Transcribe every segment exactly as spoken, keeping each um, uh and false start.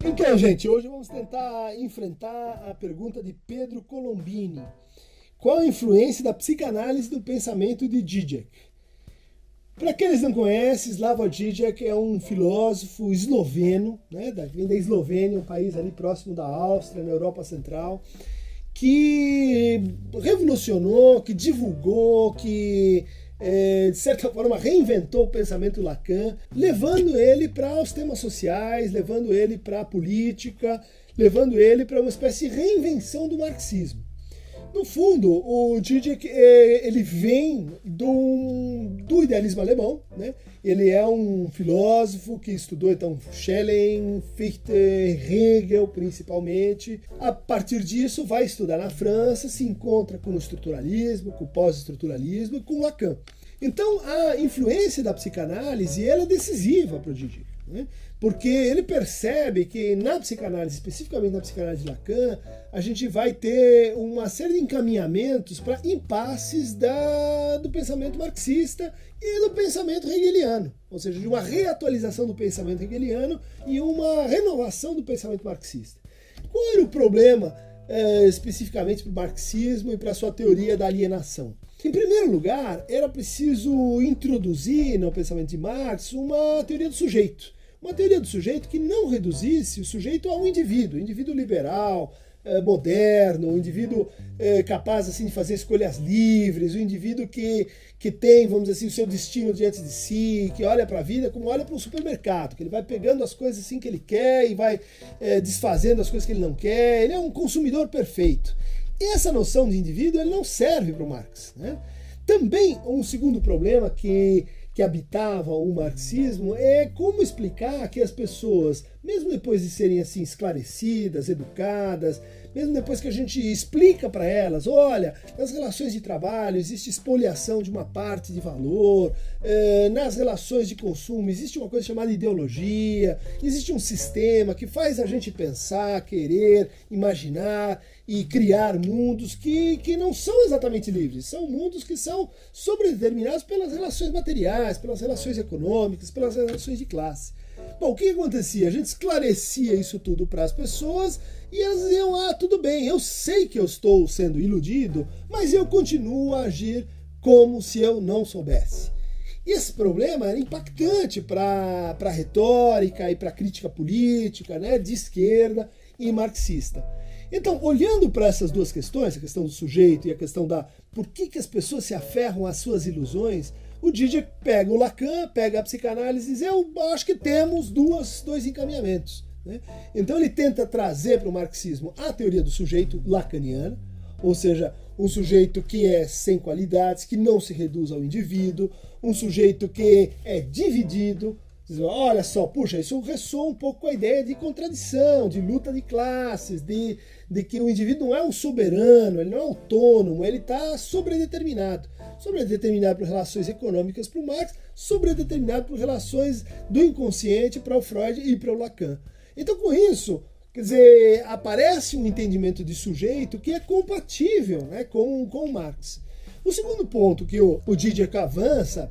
Então, gente, hoje vamos tentar enfrentar a pergunta de Pedro Colombini. Qual a influência da psicanálise do pensamento de Žižek? Para aqueles que não conhecem, Slavoj Žižek é um filósofo esloveno, né, vem da Eslovênia, um país ali próximo da Áustria, na Europa Central, que revolucionou, que divulgou, que é, de certa forma reinventou o pensamento Lacan, levando ele para os temas sociais, levando ele para a política, levando ele para uma espécie de reinvenção do marxismo. No fundo, o Žižek ele vem do, do idealismo alemão, né? Ele é um filósofo que estudou então Schelling, Fichte, Hegel principalmente. A partir disso vai estudar na França, se encontra com o estruturalismo, com o pós-estruturalismo e com Lacan. Então a influência da psicanálise ela é decisiva para o Žižek, né? Porque ele percebe que na psicanálise, especificamente na psicanálise de Lacan, a gente vai ter uma série de encaminhamentos para impasses da, do pensamento marxista e do pensamento hegeliano, ou seja, de uma reatualização do pensamento hegeliano e uma renovação do pensamento marxista. Qual era o problema é, especificamente para o marxismo e para a sua teoria da alienação? Em primeiro lugar, era preciso introduzir no pensamento de Marx uma teoria do sujeito. Uma teoria do sujeito que não reduzisse o sujeito a um indivíduo, um indivíduo liberal, eh, moderno, um indivíduo eh, capaz assim, de fazer escolhas livres, um indivíduo que, que tem, vamos dizer assim, o seu destino diante de si, que olha para a vida como olha para um supermercado, que ele vai pegando as coisas assim que ele quer e vai eh, desfazendo as coisas que ele não quer. Ele é um consumidor perfeito. E essa noção de indivíduo ele não serve para o Marx, né? Também um segundo problema que que habitava o marxismo é como explicar que as pessoas, mesmo depois de serem assim esclarecidas, educadas, mesmo depois que a gente explica para elas, olha, nas relações de trabalho existe expoliação de uma parte de valor, eh, nas relações de consumo existe uma coisa chamada ideologia, existe um sistema que faz a gente pensar, querer, imaginar e criar mundos que, que não são exatamente livres, são mundos que são sobredeterminados pelas relações materiais, pelas relações econômicas, pelas relações de classe. Bom, o que acontecia? A gente esclarecia isso tudo para as pessoas e elas diziam, ah, tudo bem, eu sei que eu estou sendo iludido, mas eu continuo a agir como se eu não soubesse. E esse problema era impactante para a retórica e para a crítica política, né, de esquerda e marxista. Então, olhando para essas duas questões, a questão do sujeito e a questão da por que, que as pessoas se aferram às suas ilusões, o Žižek pega o Lacan, pega a psicanálise e diz, eu acho que temos duas, dois encaminhamentos, né? Então ele tenta trazer para o marxismo a teoria do sujeito lacaniana, ou seja, um sujeito que é sem qualidades, que não se reduz ao indivíduo, um sujeito que é dividido. Olha só, puxa, isso ressoa um pouco com a ideia de contradição, de luta de classes, de, de que o indivíduo não é um soberano, ele não é autônomo, ele está sobredeterminado. Sobredeterminado por relações econômicas para o Marx, sobredeterminado por relações do inconsciente para o Freud e para o Lacan. Então, com isso, quer dizer, aparece um entendimento de sujeito que é compatível, né, com, com o Marx. O segundo ponto que o, o Žižek avança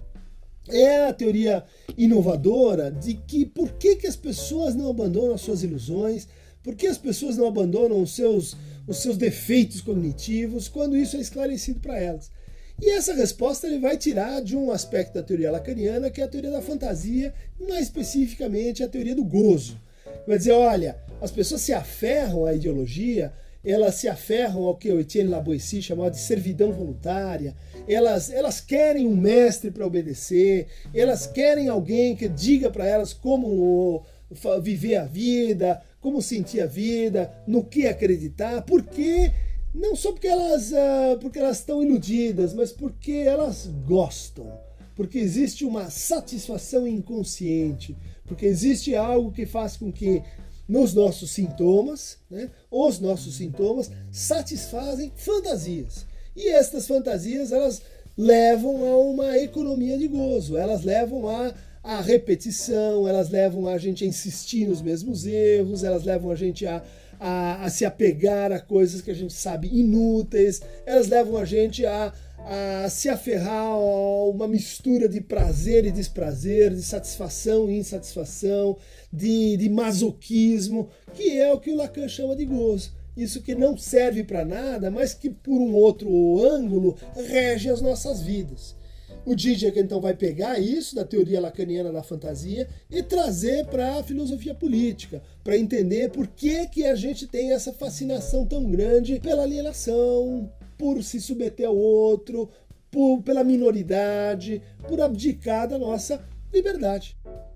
é a teoria inovadora de que por que, que as pessoas não abandonam as suas ilusões, por que as pessoas não abandonam os seus, os seus defeitos cognitivos quando isso é esclarecido para elas. E essa resposta ele vai tirar de um aspecto da teoria lacaniana, que é a teoria da fantasia, mais especificamente a teoria do gozo. Vai dizer, olha, as pessoas se aferram à ideologia, elas se aferram ao que o Etienne Laboissy chamava de servidão voluntária, elas, elas querem um mestre para obedecer, elas querem alguém que diga para elas como viver a vida, como sentir a vida, no que acreditar, porque não só porque elas, porque elas estão iludidas, mas porque elas gostam, porque existe uma satisfação inconsciente, porque existe algo que faz com que nos nossos sintomas, né, os nossos sintomas satisfazem fantasias. E estas fantasias, elas levam a uma economia de gozo, elas levam a, a repetição, elas levam a gente a insistir nos mesmos erros, elas levam a gente a, a, a se apegar a coisas que a gente sabe inúteis, elas levam a gente a, a se aferrar a uma mistura de prazer e desprazer, de satisfação e insatisfação, de, de masoquismo, que é o que o Lacan chama de gozo. Isso que não serve para nada, mas que por um outro ângulo rege as nossas vidas. O Zizek então vai pegar isso da teoria lacaniana da fantasia e trazer para a filosofia política, para entender por que, que a gente tem essa fascinação tão grande pela alienação, por se submeter ao outro, por, pela minoridade, por abdicar da nossa liberdade.